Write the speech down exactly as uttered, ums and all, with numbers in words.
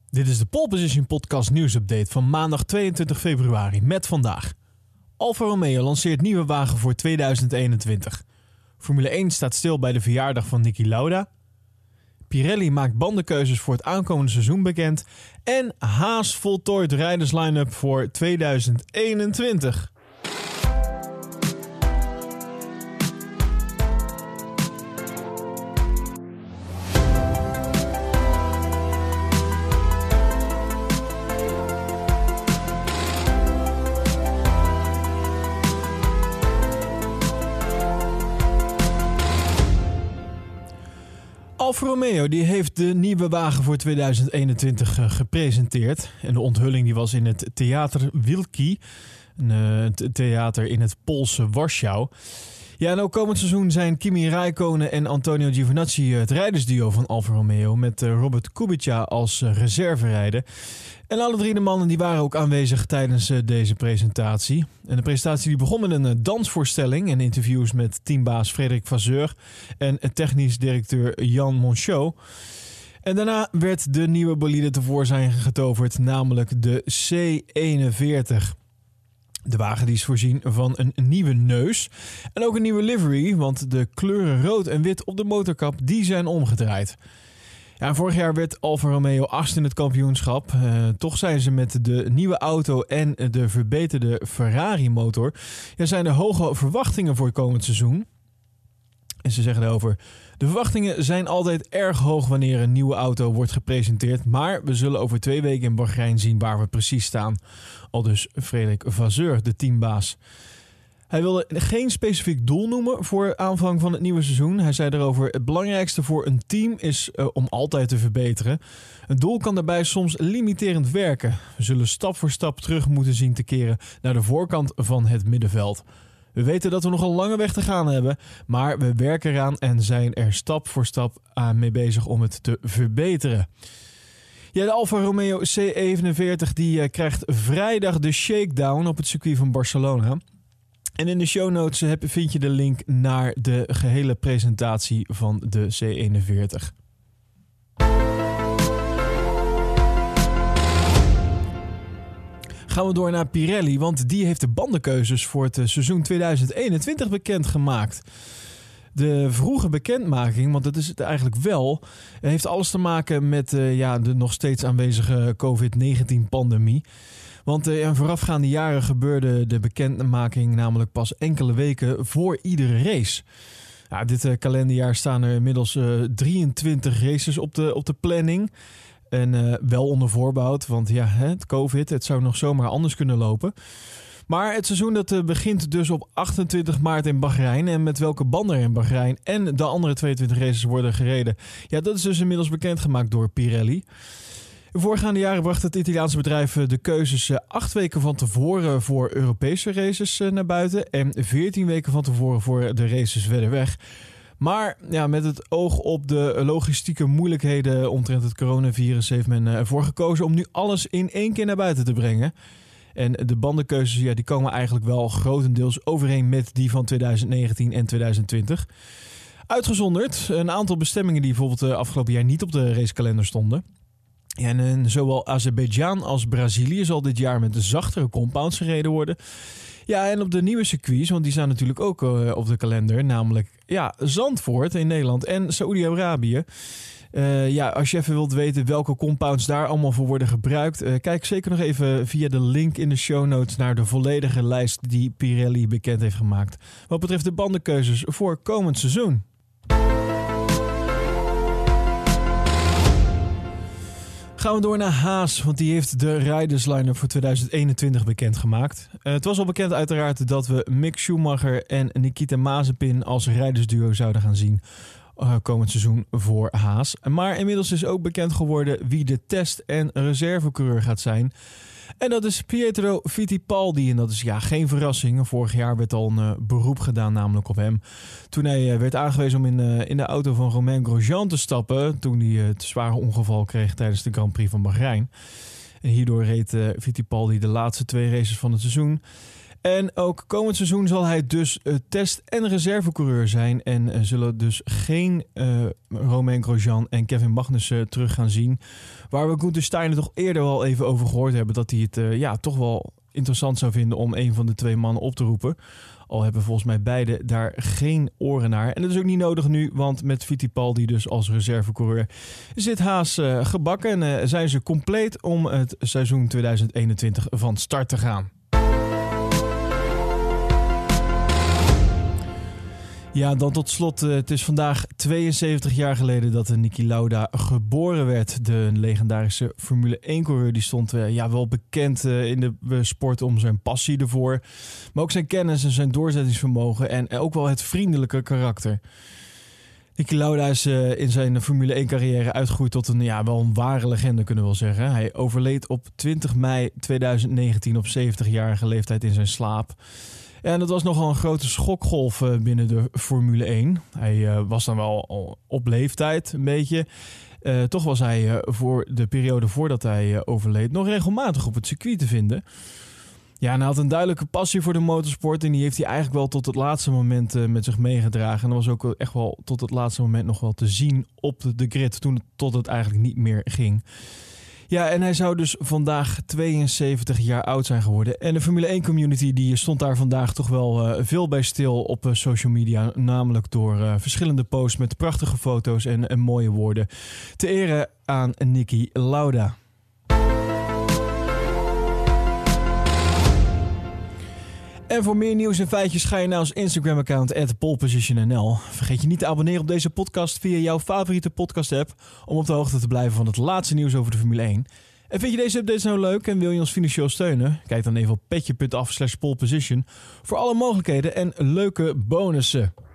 Dit is de Pole Position Podcast nieuwsupdate van maandag tweeëntwintig februari met vandaag. Alfa Romeo lanceert nieuwe wagen voor tweeduizend eenentwintig. Formule één staat stil bij de verjaardag van Niki Lauda. Pirelli maakt bandenkeuzes voor het aankomende seizoen bekend. En Haas voltooit rijdersline-up voor tweeduizend eenentwintig. Alfa Romeo die heeft de nieuwe wagen voor tweeduizend eenentwintig uh, gepresenteerd. En de onthulling die was in het Theater Wilki, een uh, theater in het Poolse Warschau. Ja, en ook komend seizoen zijn Kimi Räikkönen en Antonio Giovinazzi het rijdersduo van Alfa Romeo met uh, Robert Kubica als uh, reserverijder. En alle drie de mannen die waren ook aanwezig tijdens uh, deze presentatie. En de presentatie die begon met een uh, dansvoorstelling en interviews met teambaas Frederik Vasseur en uh, technisch directeur Jan Monchot. En daarna werd de nieuwe bolide tevoorschijn getoverd, namelijk de C eenenveertig. De wagen die is voorzien van een nieuwe neus en ook een nieuwe livery, want de kleuren rood en wit op de motorkap die zijn omgedraaid. Ja, vorig jaar werd Alfa Romeo achtste in het kampioenschap. Uh, toch zijn ze met de nieuwe auto en de verbeterde Ferrari motor. Ja, zijn er hoge verwachtingen voor het komend seizoen. En ze zeggen daarover: de verwachtingen zijn altijd erg hoog wanneer een nieuwe auto wordt gepresenteerd. Maar we zullen over twee weken in Bahrein zien waar we precies staan. Aldus Frederik Vasseur, de teambaas. Hij wilde geen specifiek doel noemen voor aanvang van het nieuwe seizoen. Hij zei erover: het belangrijkste voor een team is uh, om altijd te verbeteren. Het doel kan daarbij soms limiterend werken. We zullen stap voor stap terug moeten zien te keren naar de voorkant van het middenveld. We weten dat we nog een lange weg te gaan hebben, maar we werken eraan en zijn er stap voor stap aan mee bezig om het te verbeteren. Ja, de Alfa Romeo C eenenveertig die uh, krijgt vrijdag de shakedown op het circuit van Barcelona. En in de show notes heb, vind je de link naar de gehele presentatie van de C eenenveertig. Gaan we door naar Pirelli, want die heeft de bandenkeuzes voor het seizoen tweeduizend eenentwintig bekendgemaakt. De vroege bekendmaking, want dat is het eigenlijk wel, heeft alles te maken met uh, ja, de nog steeds aanwezige covid negentien pandemie. Want uh, in voorafgaande jaren gebeurde de bekendmaking namelijk pas enkele weken voor iedere race. Ja, dit uh, kalenderjaar staan er inmiddels uh, drieëntwintig races op de, op de planning. En uh, wel onder voorbehoud, want ja, het COVID, het zou nog zomaar anders kunnen lopen. Maar het seizoen dat uh, begint dus op achtentwintig maart in Bahrein. En met welke banden er in Bahrein en de andere tweeëntwintig races worden gereden. Ja, dat is dus inmiddels bekendgemaakt door Pirelli. De voorgaande jaren bracht het Italiaanse bedrijf de keuzes acht weken van tevoren voor Europese races naar buiten en veertien weken van tevoren voor de races verder weg. Maar ja, met het oog op de logistieke moeilijkheden omtrent het coronavirus heeft men ervoor gekozen om nu alles in één keer naar buiten te brengen. En de bandenkeuzes ja, die komen eigenlijk wel grotendeels overeen met die van tweeduizend negentien en tweeduizend twintig. Uitgezonderd een aantal bestemmingen die bijvoorbeeld afgelopen jaar niet op de racekalender stonden. En in zowel Azerbeidzjan als Brazilië zal dit jaar met de zachtere compounds gereden worden. Ja, en op de nieuwe circuits, want die staan natuurlijk ook uh, op de kalender, namelijk ja, Zandvoort in Nederland en Saoedi-Arabië. Uh, ja, als je even wilt weten welke compounds daar allemaal voor worden gebruikt, uh, kijk zeker nog even via de link in de show notes naar de volledige lijst die Pirelli bekend heeft gemaakt wat betreft de bandenkeuzes voor komend seizoen. Gaan we door naar Haas, want die heeft de rijdersline-up voor tweeduizend eenentwintig bekendgemaakt. Uh, het was al bekend uiteraard dat we Mick Schumacher en Nikita Mazepin als rijdersduo zouden gaan zien uh, komend seizoen voor Haas. Maar inmiddels is ook bekend geworden wie de test- en reservecoureur gaat zijn. En dat is Pietro Fittipaldi. En dat is ja geen verrassing. Vorig jaar werd al een uh, beroep gedaan namelijk op hem. Toen hij uh, werd aangewezen om in, uh, in de auto van Romain Grosjean te stappen. Toen hij uh, het zware ongeval kreeg tijdens de Grand Prix van Bahrein. En hierdoor reed uh, Fittipaldi de laatste twee races van het seizoen. En ook komend seizoen zal hij dus uh, test- en reservecoureur zijn. En uh, zullen dus geen uh, Romain Grosjean en Kevin Magnussen terug gaan zien. Waar we Gunther Steiner toch eerder wel even over gehoord hebben. Dat hij het uh, ja, toch wel interessant zou vinden om een van de twee mannen op te roepen. Al hebben volgens mij beide daar geen oren naar. En dat is ook niet nodig nu, want met Fittipaldi dus als reservecoureur zit Haas uh, gebakken. En uh, zijn ze compleet om het seizoen tweeduizend eenentwintig van start te gaan. Ja, dan tot slot. Uh, het is vandaag tweeënzeventig jaar geleden dat Niki Lauda geboren werd. De legendarische Formule één-coureur die stond uh, ja, wel bekend uh, in de uh, sport om zijn passie ervoor. Maar ook zijn kennis en zijn doorzettingsvermogen en uh, ook wel het vriendelijke karakter. Niki Lauda is uh, in zijn Formule één-carrière uitgegroeid tot een, ja, wel een ware legende, kunnen we wel zeggen. Hij overleed op twintig mei tweeduizend negentien op zeventigjarige leeftijd in zijn slaap. En dat was nogal een grote schokgolf binnen de Formule één. Hij uh, was dan wel op leeftijd een beetje. Uh, toch was hij uh, voor de periode voordat hij uh, overleed nog regelmatig op het circuit te vinden. Ja, en hij had een duidelijke passie voor de motorsport. En die heeft hij eigenlijk wel tot het laatste moment uh, met zich meegedragen. En dat was ook echt wel tot het laatste moment nog wel te zien op de grid. Toen het, tot het eigenlijk niet meer ging. Ja, en hij zou dus vandaag tweeënzeventig jaar oud zijn geworden. En de Formule één-community die stond daar vandaag toch wel uh, veel bij stil op uh, social media. Namelijk door uh, verschillende posts met prachtige foto's en, en mooie woorden. Te ere aan Niki Lauda. En voor meer nieuws en feitjes ga je naar ons Instagram-account at polepositionnl. Vergeet je niet te abonneren op deze podcast via jouw favoriete podcast-app om op de hoogte te blijven van het laatste nieuws over de Formule één. En vind je deze updates nou leuk en wil je ons financieel steunen? Kijk dan even op petje punt af slash poleposition voor alle mogelijkheden en leuke bonussen.